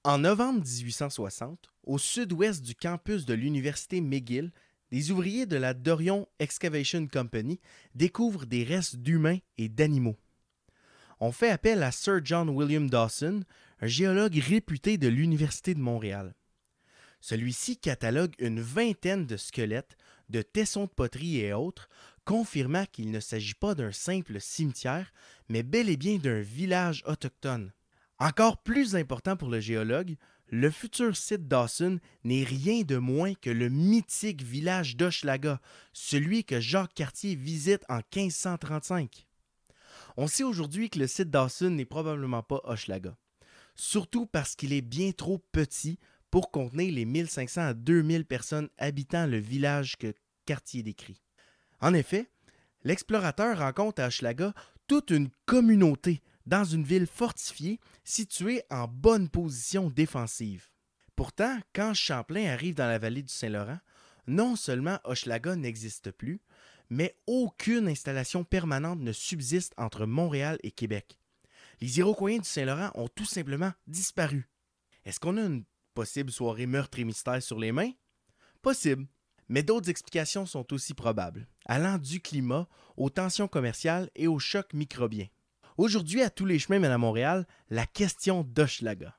En novembre 1860, au sud-ouest du campus de l'université McGill, des ouvriers de la Dorion Excavation Company découvrent des restes d'humains et d'animaux. On fait appel à Sir John William Dawson, un géologue réputé de l'Université de Montréal. Celui-ci catalogue une vingtaine de squelettes, de tessons de poterie et autres, confirmant qu'il ne s'agit pas d'un simple cimetière, mais bel et bien d'un village autochtone. Encore plus important pour le géologue, le futur site Dawson n'est rien de moins que le mythique village d'Hochelaga, celui que Jacques Cartier visite en 1535. On sait aujourd'hui que le site Dawson n'est probablement pas Hochelaga, surtout parce qu'il est bien trop petit pour contenir les 1500 à 2000 personnes habitant le village que Cartier décrit. En effet, l'explorateur rencontre à Hochelaga toute une communauté dans une ville fortifiée située en bonne position défensive. Pourtant, quand Champlain arrive dans la vallée du Saint-Laurent, non seulement Hochelaga n'existe plus, mais aucune installation permanente ne subsiste entre Montréal et Québec. Les Iroquois du Saint-Laurent ont tout simplement disparu. Est-ce qu'on a une possible soirée meurtre et mystère sur les mains? Possible. Mais d'autres explications sont aussi probables, allant du climat aux tensions commerciales et aux chocs microbiens. Aujourd'hui, à tous les chemins mènent à Montréal, la question d'Hochelaga.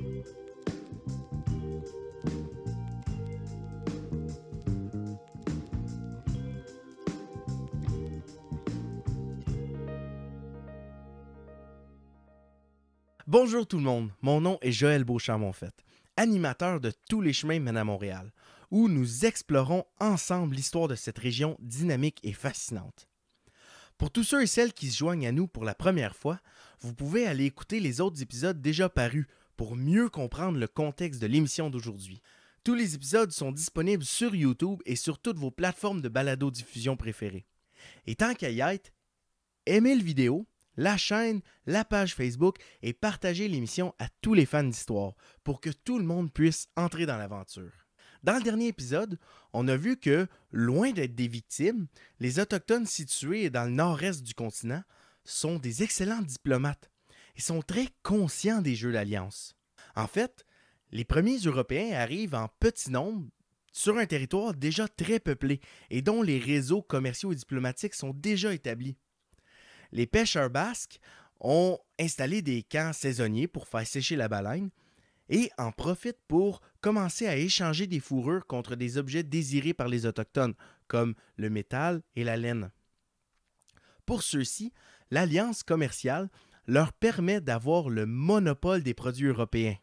Bonjour tout le monde, mon nom est Joël Beauchamp-Monfette, animateur de Tous les chemins mènent à Montréal, où nous explorons ensemble l'histoire de cette région dynamique et fascinante. Pour tous ceux et celles qui se joignent à nous pour la première fois, vous pouvez aller écouter les autres épisodes déjà parus pour mieux comprendre le contexte de l'émission d'aujourd'hui. Tous les épisodes sont disponibles sur YouTube et sur toutes vos plateformes de balado-diffusion préférées. Et tant qu'à y être, aimez le vidéo, la chaîne, la page Facebook et partagez l'émission à tous les fans d'histoire pour que tout le monde puisse entrer dans l'aventure. Dans le dernier épisode, on a vu que, loin d'être des victimes, les Autochtones situés dans le nord-est du continent sont des excellents diplomates et sont très conscients des jeux d'alliance. En fait, les premiers Européens arrivent en petit nombre sur un territoire déjà très peuplé et dont les réseaux commerciaux et diplomatiques sont déjà établis. Les pêcheurs basques ont installé des camps saisonniers pour faire sécher la baleine et en profitent pour commencer à échanger des fourrures contre des objets désirés par les Autochtones, comme le métal et la laine. Pour ceux-ci, l'alliance commerciale leur permet d'avoir le monopole des produits européens.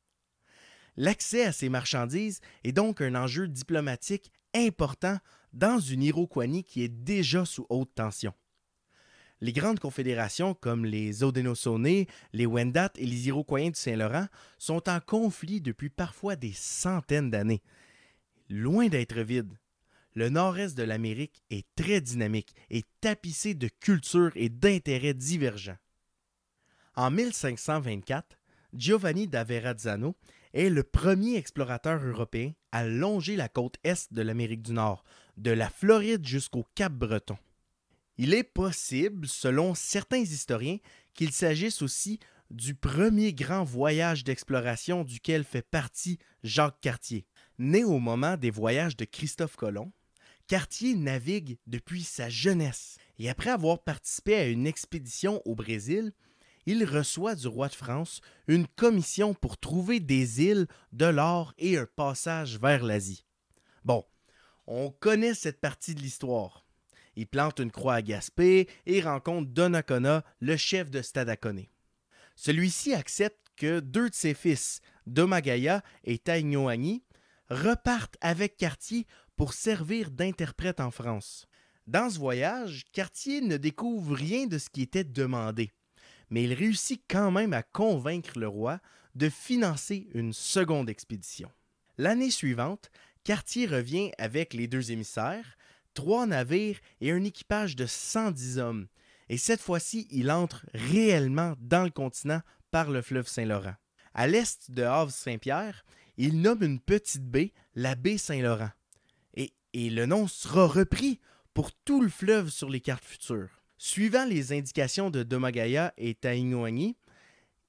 L'accès à ces marchandises est donc un enjeu diplomatique important dans une Iroquoinie qui est déjà sous haute tension. Les grandes confédérations comme les Haudenosaunee, les Wendat et les Iroquois du Saint-Laurent sont en conflit depuis parfois des centaines d'années. Loin d'être vide, le nord-est de l'Amérique est très dynamique et tapissé de cultures et d'intérêts divergents. En 1524, Giovanni da Verrazzano est le premier explorateur européen à longer la côte est de l'Amérique du Nord, de la Floride jusqu'au Cap-Breton. Il est possible, selon certains historiens, qu'il s'agisse aussi du premier grand voyage d'exploration duquel fait partie Jacques Cartier. Né au moment des voyages de Christophe Colomb, Cartier navigue depuis sa jeunesse et après avoir participé à une expédition au Brésil, il reçoit du roi de France une commission pour trouver des îles, de l'or et un passage vers l'Asie. Bon, on connaît cette partie de l'histoire. Il plante une croix à Gaspé et rencontre Donnacona, le chef de Stadacone. Celui-ci accepte que deux de ses fils, Domagaya et Taignoagny, repartent avec Cartier pour servir d'interprète en France. Dans ce voyage, Cartier ne découvre rien de ce qui était demandé, mais il réussit quand même à convaincre le roi de financer une seconde expédition. L'année suivante, Cartier revient avec les deux émissaires, 3 navires et un équipage de 110 hommes. Et cette fois-ci, il entre réellement dans le continent par le fleuve Saint-Laurent. À l'est de Havre-Saint-Pierre, il nomme une petite baie, la baie Saint-Laurent. Et le nom sera repris pour tout le fleuve sur les cartes futures. Suivant les indications de Domagaya et Taignoagny,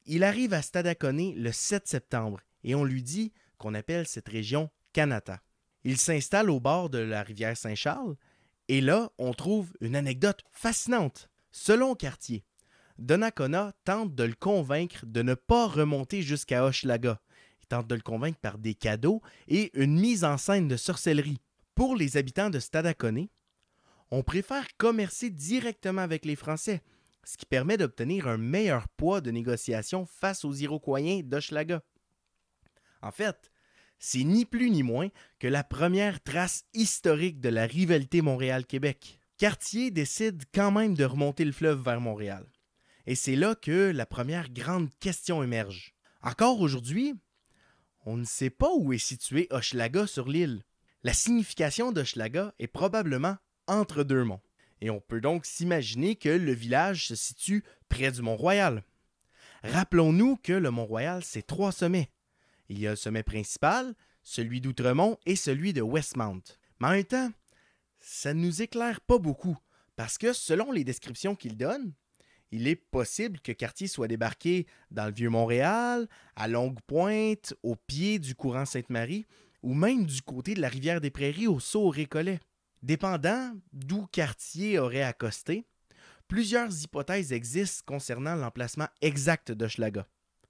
Il arrive à Stadacone le 7 septembre et on lui dit qu'on appelle cette région Kanata. Il s'installe au bord de la rivière Saint-Charles et là, on trouve une anecdote fascinante. Selon Cartier, Donnacona tente de le convaincre de ne pas remonter jusqu'à Hochelaga. Il tente de le convaincre par des cadeaux et une mise en scène de sorcellerie. Pour les habitants de Stadacone, on préfère commercer directement avec les Français, ce qui permet d'obtenir un meilleur poids de négociation face aux Iroquoiens d'Hochelaga. En fait, c'est ni plus ni moins que la première trace historique de la rivalité Montréal-Québec. Cartier décide quand même de remonter le fleuve vers Montréal. Et c'est là que la première grande question émerge. Encore aujourd'hui, on ne sait pas où est situé Hochelaga sur l'île. La signification d'Hochelaga est probablement entre deux monts. Et on peut donc s'imaginer que le village se situe près du Mont-Royal. Rappelons-nous que le Mont-Royal, c'est 3 sommets. Il y a le sommet principal, celui d'Outremont et celui de Westmount. Mais en même temps, ça ne nous éclaire pas beaucoup, parce que selon les descriptions qu'il donne, il est possible que Cartier soit débarqué dans le Vieux-Montréal, à Longue-Pointe, au pied du courant Sainte-Marie, ou même du côté de la rivière des Prairies au saut au Récollet. Dépendant d'où Cartier aurait accosté, plusieurs hypothèses existent concernant l'emplacement exact d'Hochelaga.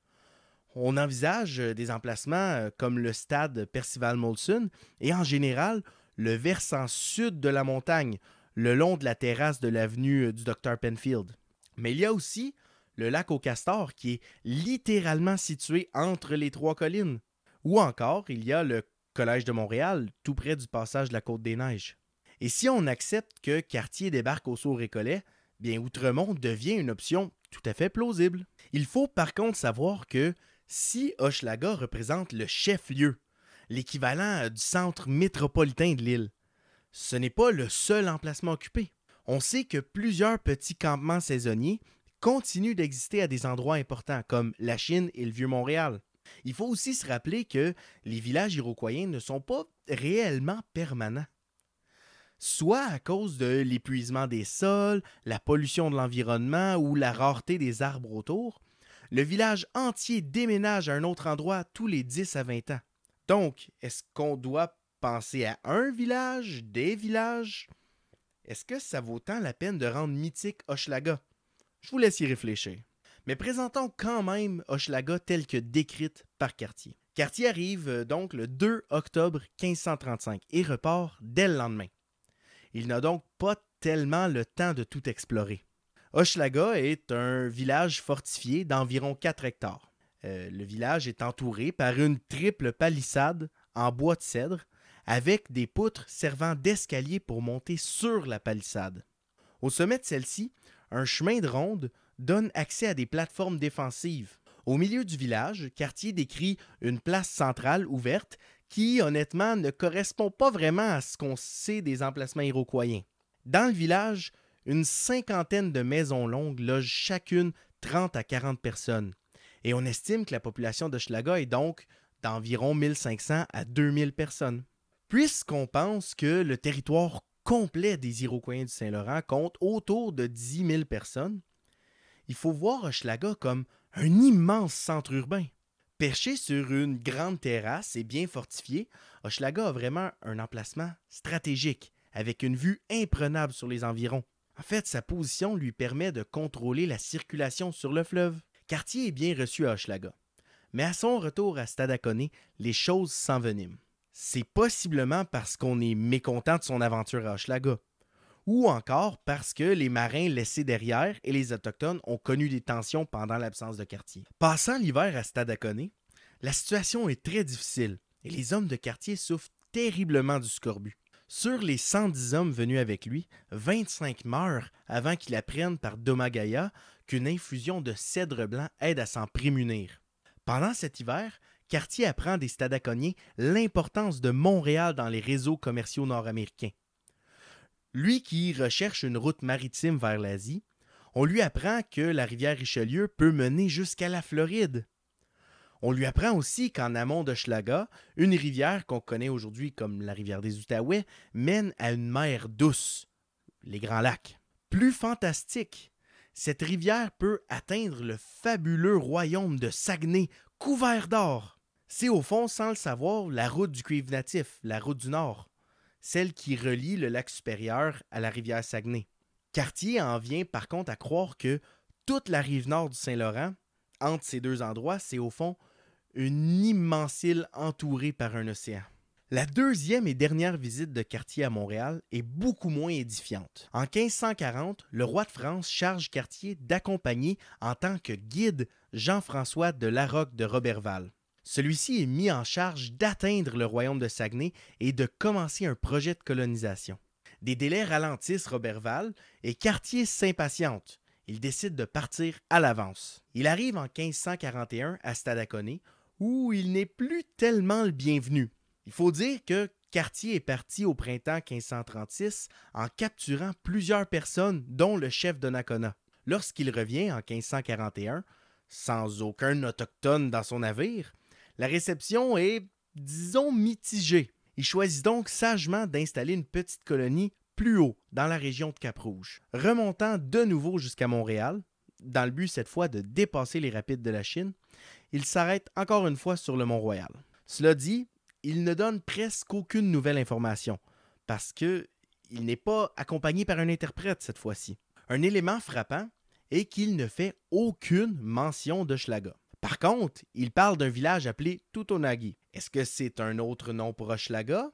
On envisage des emplacements comme le stade Percival Molson et en général le versant sud de la montagne, le long de la terrasse de l'avenue du Dr Penfield. Mais il y a aussi le lac aux Castors qui est littéralement situé entre les 3 collines. Ou encore, il y a le Collège de Montréal, tout près du passage de la Côte-des-Neiges. Et si on accepte que Cartier débarque au Sault-Récollet, bien Outremont devient une option tout à fait plausible. Il faut par contre savoir que si Hochelaga représente le chef-lieu, l'équivalent du centre métropolitain de l'île, ce n'est pas le seul emplacement occupé. On sait que plusieurs petits campements saisonniers continuent d'exister à des endroits importants comme la Chine et le Vieux-Montréal. Il faut aussi se rappeler que les villages iroquoiens ne sont pas réellement permanents. Soit à cause de l'épuisement des sols, la pollution de l'environnement ou la rareté des arbres autour, le village entier déménage à un autre endroit tous les 10 à 20 ans. Donc, est-ce qu'on doit penser à un village, des villages? Est-ce que ça vaut tant la peine de rendre mythique Hochelaga? Je vous laisse y réfléchir. Mais présentons quand même Hochelaga telle que décrite par Cartier. Cartier arrive donc le 2 octobre 1535 et repart dès le lendemain. Il n'a donc pas tellement le temps de tout explorer. Hochelaga est un village fortifié d'environ 4 hectares. Le village est entouré par une triple palissade en bois de cèdre avec des poutres servant d'escalier pour monter sur la palissade. Au sommet de celle-ci, un chemin de ronde donne accès à des plateformes défensives. Au milieu du village, Cartier décrit une place centrale ouverte qui, honnêtement, ne correspond pas vraiment à ce qu'on sait des emplacements iroquoiens. Dans le village, une 50aine de maisons longues logent chacune 30 à 40 personnes. Et on estime que la population d'Hochelaga est donc d'environ 1500 à 2000 personnes. Puisqu'on pense que le territoire complet des Iroquoiens du Saint-Laurent compte autour de 10 000 personnes, il faut voir Hochelaga comme un immense centre urbain. Perché sur une grande terrasse et bien fortifié, Hochelaga a vraiment un emplacement stratégique, avec une vue imprenable sur les environs. En fait, sa position lui permet de contrôler la circulation sur le fleuve. Cartier est bien reçu à Hochelaga. Mais à son retour à Stadacone, les choses s'enveniment. C'est possiblement parce qu'on est mécontent de son aventure à Hochelaga, ou encore parce que les marins laissés derrière et les Autochtones ont connu des tensions pendant l'absence de Cartier. Passant l'hiver à Stadacone, la situation est très difficile et les hommes de Cartier souffrent terriblement du scorbut. Sur les 110 hommes venus avec lui, 25 meurent avant qu'il apprenne par Domagaya qu'une infusion de cèdre blanc aide à s'en prémunir. Pendant cet hiver, Cartier apprend des Stadaconiens l'importance de Montréal dans les réseaux commerciaux nord-américains. Lui qui recherche une route maritime vers l'Asie, on lui apprend que la rivière Richelieu peut mener jusqu'à la Floride. On lui apprend aussi qu'en amont d'Hochelaga, une rivière qu'on connaît aujourd'hui comme la rivière des Outaouais mène à une mer douce, les Grands Lacs. Plus fantastique, cette rivière peut atteindre le fabuleux royaume de Saguenay, couvert d'or. C'est au fond, sans le savoir, la route du cuivre natif, la route du Nord, celle qui relie le lac supérieur à la rivière Saguenay. Cartier en vient par contre à croire que toute la rive nord du Saint-Laurent, entre ces deux endroits, c'est au fond une immense île entourée par un océan. La deuxième et dernière visite de Cartier à Montréal est beaucoup moins édifiante. En 1540, le roi de France charge Cartier d'accompagner en tant que guide Jean-François de Larocque de Roberval. Celui-ci est mis en charge d'atteindre le royaume de Saguenay et de commencer un projet de colonisation. Des délais ralentissent Roberval et Cartier s'impatiente. Il décide de partir à l'avance. Il arrive en 1541 à Stadacone, où il n'est plus tellement le bienvenu. Il faut dire que Cartier est parti au printemps 1536 en capturant plusieurs personnes, dont le chef de Nakona. Lorsqu'il revient en 1541, sans aucun autochtone dans son navire, la réception est, disons, mitigée. Il choisit donc sagement d'installer une petite colonie plus haut, dans la région de Cap-Rouge, remontant de nouveau jusqu'à Montréal, dans le but cette fois de dépasser les rapides de la Chine. Il s'arrête encore une fois sur le Mont-Royal. Cela dit, il ne donne presque aucune nouvelle information, parce qu'il n'est pas accompagné par un interprète cette fois-ci. Un élément frappant est qu'il ne fait aucune mention d'Hochelaga. Par contre, il parle d'un village appelé Tutonagi. Est-ce que c'est un autre nom pour Hochelaga?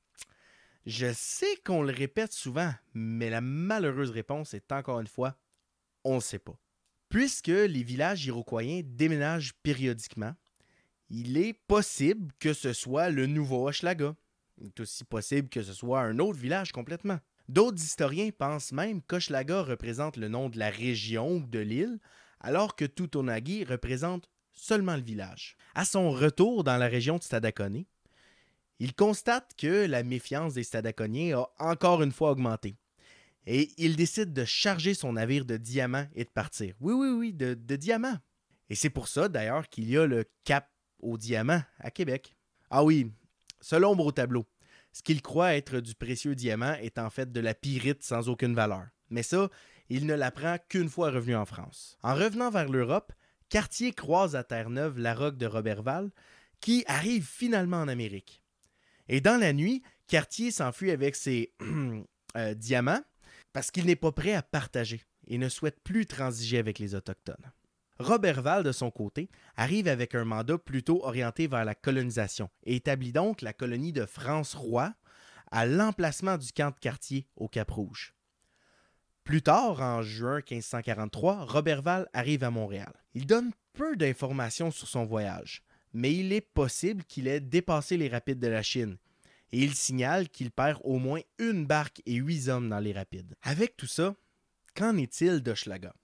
Je sais qu'on le répète souvent, mais la malheureuse réponse est encore une fois, on ne sait pas. Puisque les villages iroquoiens déménagent périodiquement, il est possible que ce soit le nouveau Hochelaga. Il est aussi possible que ce soit un autre village complètement. D'autres historiens pensent même qu'Hochelaga représente le nom de la région ou de l'île, alors que Tutonagi représente seulement le village. À son retour dans la région de Stadacone, il constate que la méfiance des Stadaconiens a encore une fois augmenté. Et il décide de charger son navire de diamants et de partir. Oui, de diamants. Et c'est pour ça d'ailleurs qu'il y a le Cap aux diamants à Québec. Ah oui, seul ombre au tableau. Ce qu'il croit être du précieux diamant est en fait de la pyrite sans aucune valeur. Mais ça, il ne l'apprend qu'une fois revenu en France. En revenant vers l'Europe, Cartier croise à Terre-Neuve Larocque de Roberval, qui arrive finalement en Amérique. Et dans la nuit, Cartier s'enfuit avec ses diamants parce qu'il n'est pas prêt à partager et ne souhaite plus transiger avec les Autochtones. Roberval, de son côté, arrive avec un mandat plutôt orienté vers la colonisation et établit donc la colonie de France-Roi à l'emplacement du camp de Cartier au Cap-Rouge. Plus tard, en juin 1543, Roberval arrive à Montréal. Il donne peu d'informations sur son voyage, mais il est possible qu'il ait dépassé les rapides de la Chine, et il signale qu'il perd au moins une barque et 8 hommes dans les rapides. Avec tout ça, qu'en est-il d'Hochelaga?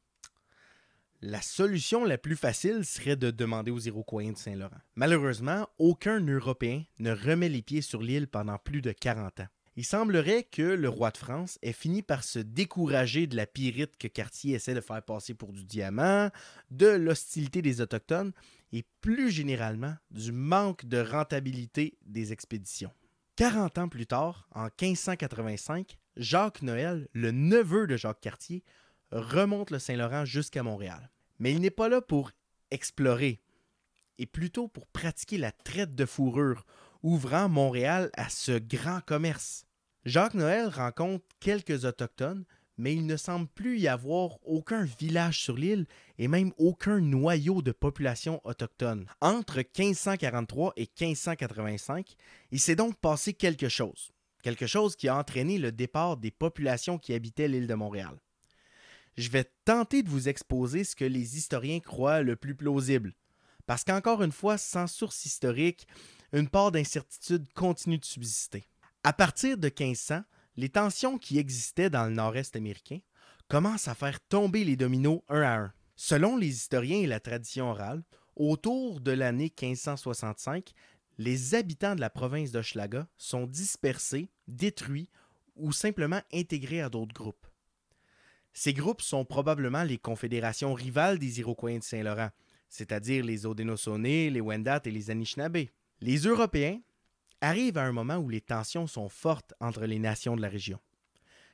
La solution la plus facile serait de demander aux Iroquois de Saint-Laurent. Malheureusement, aucun Européen ne remet les pieds sur l'île pendant plus de 40 ans. Il semblerait que le roi de France ait fini par se décourager de la pyrite que Cartier essaie de faire passer pour du diamant, de l'hostilité des Autochtones et plus généralement du manque de rentabilité des expéditions. 40 ans plus tard, en 1585, Jacques Noël, le neveu de Jacques Cartier, remonte le Saint-Laurent jusqu'à Montréal. Mais il n'est pas là pour explorer, et plutôt pour pratiquer la traite de fourrure, ouvrant Montréal à ce grand commerce. Jacques Noël rencontre quelques Autochtones, mais il ne semble plus y avoir aucun village sur l'île et même aucun noyau de population autochtone. Entre 1543 et 1585, il s'est donc passé quelque chose qui a entraîné le départ des populations qui habitaient l'île de Montréal. Je vais tenter de vous exposer ce que les historiens croient le plus plausible, parce qu'encore une fois, sans source historique, une part d'incertitude continue de subsister. À partir de 1500, les tensions qui existaient dans le nord-est américain commencent à faire tomber les dominos un à un. Selon les historiens et la tradition orale, autour de l'année 1565, les habitants de la province d'Hochelaga sont dispersés, détruits ou simplement intégrés à d'autres groupes. Ces groupes sont probablement les confédérations rivales des Iroquois de Saint-Laurent, c'est-à-dire les Haudenosaunee, les Wendat et les Anishinaabe. Les Européens arrivent à un moment où les tensions sont fortes entre les nations de la région.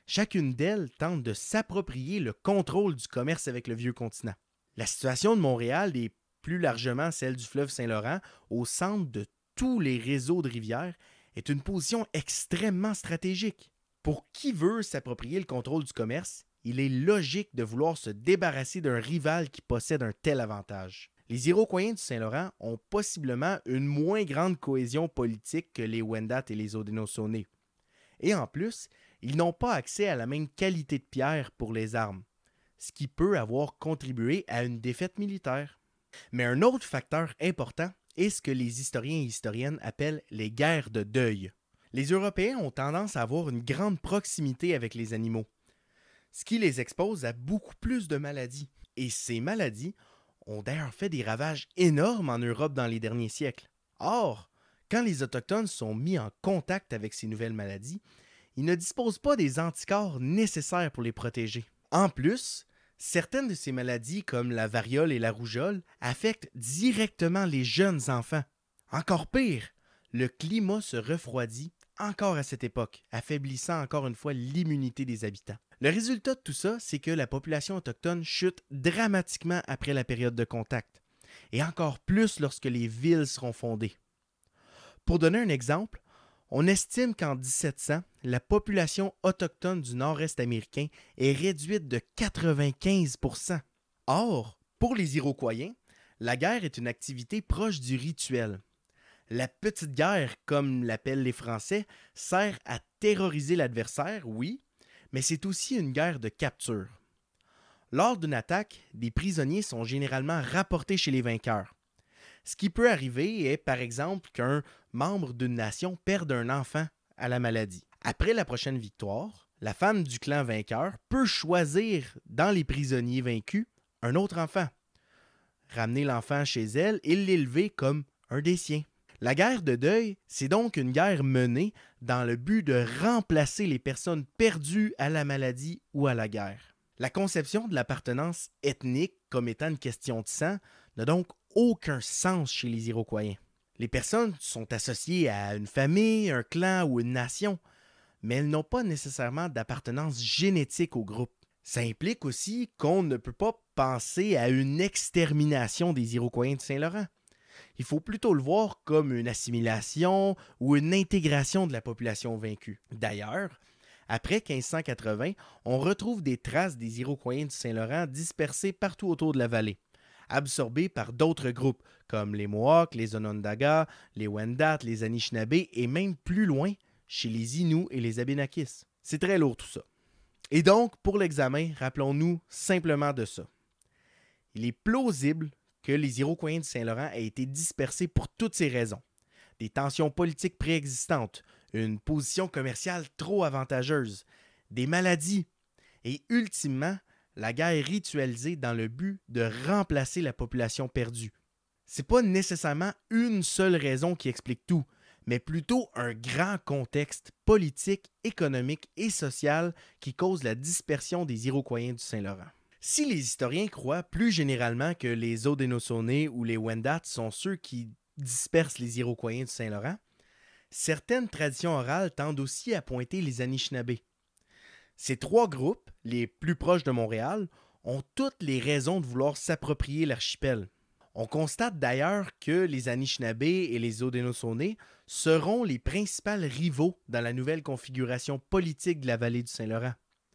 Chacune d'elles tente de s'approprier le contrôle du commerce avec le vieux continent. La situation de Montréal et plus largement celle du fleuve Saint-Laurent, au centre de tous les réseaux de rivières, est une position extrêmement stratégique. Pour qui veut s'approprier le contrôle du commerce, il est logique de vouloir se débarrasser d'un rival qui possède un tel avantage. Les Iroquoiens du Saint-Laurent ont possiblement une moins grande cohésion politique que les Wendat et les Haudenosaunee. Et en plus, ils n'ont pas accès à la même qualité de pierre pour les armes, ce qui peut avoir contribué à une défaite militaire. Mais un autre facteur important est ce que les historiens et historiennes appellent les guerres de deuil. Les Européens ont tendance à avoir une grande proximité avec les animaux, ce qui les expose à beaucoup plus de maladies. Et ces maladies ont d'ailleurs fait des ravages énormes en Europe dans les derniers siècles. Or, quand les Autochtones sont mis en contact avec ces nouvelles maladies, ils ne disposent pas des anticorps nécessaires pour les protéger. En plus, certaines de ces maladies, comme la variole et la rougeole, affectent directement les jeunes enfants. Encore pire, le climat se refroidit encore à cette époque, affaiblissant encore une fois l'immunité des habitants. Le résultat de tout ça, c'est que la population autochtone chute dramatiquement après la période de contact, et encore plus lorsque les villes seront fondées. Pour donner un exemple, on estime qu'en 1700, la population autochtone du nord-est américain est réduite de 95%. Or, pour les Iroquoiens, la guerre est une activité proche du rituel. La petite guerre, comme l'appellent les Français, sert à terroriser l'adversaire, oui, mais c'est aussi une guerre de capture. Lors d'une attaque, des prisonniers sont généralement rapportés chez les vainqueurs. Ce qui peut arriver est, par exemple, qu'un membre d'une nation perde un enfant à la maladie. Après la prochaine victoire, la femme du clan vainqueur peut choisir, dans les prisonniers vaincus, un autre enfant, ramener l'enfant chez elle et l'élever comme un des siens. La guerre de deuil, c'est donc une guerre menée dans le but de remplacer les personnes perdues à la maladie ou à la guerre. La conception de l'appartenance ethnique comme étant une question de sang n'a donc aucun sens chez les Iroquoiens. Les personnes sont associées à une famille, un clan ou une nation, mais elles n'ont pas nécessairement d'appartenance génétique au groupe. Ça implique aussi qu'on ne peut pas penser à une extermination des Iroquoiens de Saint-Laurent. Il faut plutôt le voir comme une assimilation ou une intégration de la population vaincue. D'ailleurs, après 1580, on retrouve des traces des Iroquoiens du Saint-Laurent dispersés partout autour de la vallée, absorbés par d'autres groupes comme les Mohawks, les Onondaga, les Wendat, les Anishinabés et même plus loin, chez les Inuits et les Abénakis. C'est très lourd tout ça. Et donc, pour l'examen, rappelons-nous simplement de ça. Il est plausible que les Iroquoiens du Saint-Laurent aient été dispersés pour toutes ces raisons. Des tensions politiques préexistantes, une position commerciale trop avantageuse, des maladies et, ultimement, la guerre ritualisée dans le but de remplacer la population perdue. C'est pas nécessairement une seule raison qui explique tout, mais plutôt un grand contexte politique, économique et social qui cause la dispersion des Iroquoiens du Saint-Laurent. Si les historiens croient plus généralement que les Haudenosaunee ou les Wendat sont ceux qui dispersent les Iroquoiens du Saint-Laurent, certaines traditions orales tendent aussi à pointer les Anishinabés. Ces trois groupes, les plus proches de Montréal, ont toutes les raisons de vouloir s'approprier l'archipel. On constate d'ailleurs que les Anishinabés et les Haudenosaunee seront les principaux rivaux dans la nouvelle configuration politique de la vallée du Saint-Laurent.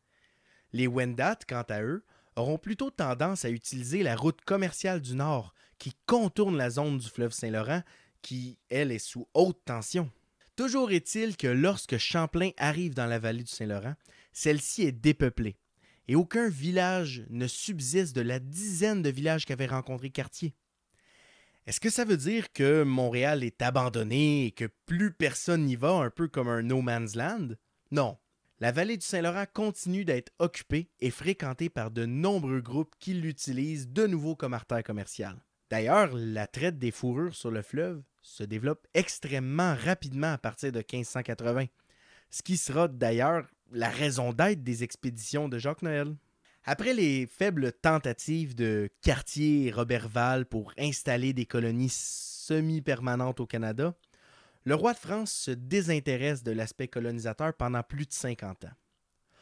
Les Wendat, quant à eux, auront plutôt tendance à utiliser la route commerciale du Nord qui contourne la zone du fleuve Saint-Laurent qui, elle, est sous haute tension. Toujours est-il que lorsque Champlain arrive dans la vallée du Saint-Laurent, celle-ci est dépeuplée et aucun village ne subsiste de la dizaine de villages qu'avait rencontré Cartier. Est-ce que ça veut dire que Montréal est abandonné et que plus personne n'y va, un peu comme un no man's land? Non. La vallée du Saint-Laurent continue d'être occupée et fréquentée par de nombreux groupes qui l'utilisent de nouveau comme artère commerciale. D'ailleurs, la traite des fourrures sur le fleuve se développe extrêmement rapidement à partir de 1580, ce qui sera d'ailleurs la raison d'être des expéditions de Jacques Noël. Après les faibles tentatives de Cartier et Roberval pour installer des colonies semi-permanentes au Canada, le roi de France se désintéresse de l'aspect colonisateur pendant plus de 50 ans.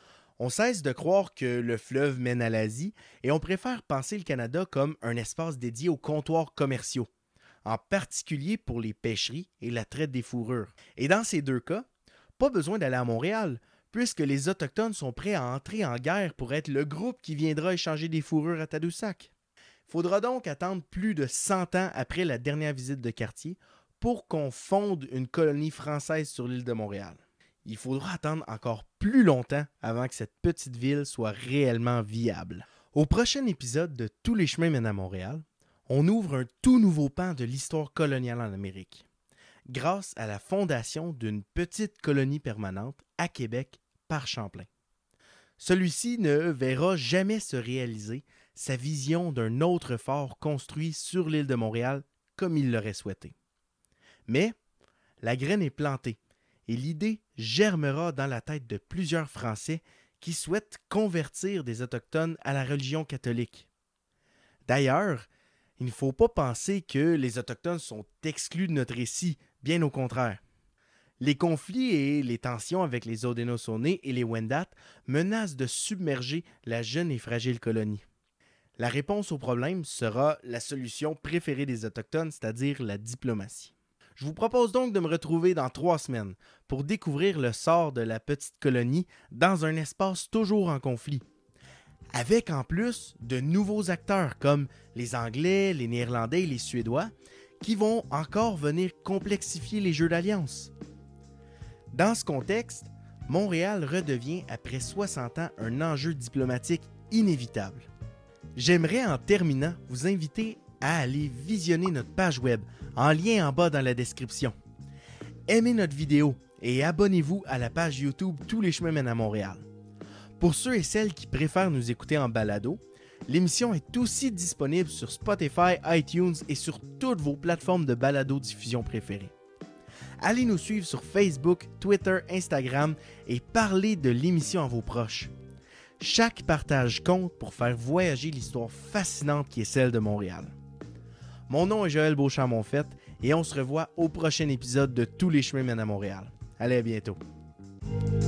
On cesse de croire que le fleuve mène à l'Asie et on préfère penser le Canada comme un espace dédié aux comptoirs commerciaux, en particulier pour les pêcheries et la traite des fourrures. Et dans ces deux cas, pas besoin d'aller à Montréal, puisque les Autochtones sont prêts à entrer en guerre pour être le groupe qui viendra échanger des fourrures à Tadoussac. Il faudra donc attendre plus de 100 ans après la dernière visite de Cartier pour qu'on fonde une colonie française sur l'île de Montréal. Il faudra attendre encore plus longtemps avant que cette petite ville soit réellement viable. Au prochain épisode de Tous les chemins mènent à Montréal, on ouvre un tout nouveau pan de l'histoire coloniale en Amérique, grâce à la fondation d'une petite colonie permanente à Québec par Champlain. Celui-ci ne verra jamais se réaliser sa vision d'un autre fort construit sur l'île de Montréal comme il l'aurait souhaité. Mais la graine est plantée et l'idée germera dans la tête de plusieurs Français qui souhaitent convertir des Autochtones à la religion catholique. D'ailleurs, il ne faut pas penser que les Autochtones sont exclus de notre récit, bien au contraire. Les conflits et les tensions avec les Haudenosaunee et les Wendat menacent de submerger la jeune et fragile colonie. La réponse au problème sera la solution préférée des Autochtones, c'est-à-dire la diplomatie. Je vous propose donc de me retrouver dans 3 semaines pour découvrir le sort de la petite colonie dans un espace toujours en conflit. Avec en plus de nouveaux acteurs comme les Anglais, les Néerlandais et les Suédois qui vont encore venir complexifier les jeux d'alliance. Dans ce contexte, Montréal redevient après 60 ans un enjeu diplomatique inévitable. J'aimerais en terminant vous inviter à aller visionner notre page web en lien en bas dans la description. Aimez notre vidéo et abonnez-vous à la page YouTube Tous les chemins mènent à Montréal. Pour ceux et celles qui préfèrent nous écouter en balado, l'émission est aussi disponible sur Spotify, iTunes et sur toutes vos plateformes de balado-diffusion préférées. Allez nous suivre sur Facebook, Twitter, Instagram et parlez de l'émission à vos proches. Chaque partage compte pour faire voyager l'histoire fascinante qui est celle de Montréal. Mon nom est Joël Beauchamp-Monfette et on se revoit au prochain épisode de Tous les chemins mènent à Montréal. Allez, à bientôt.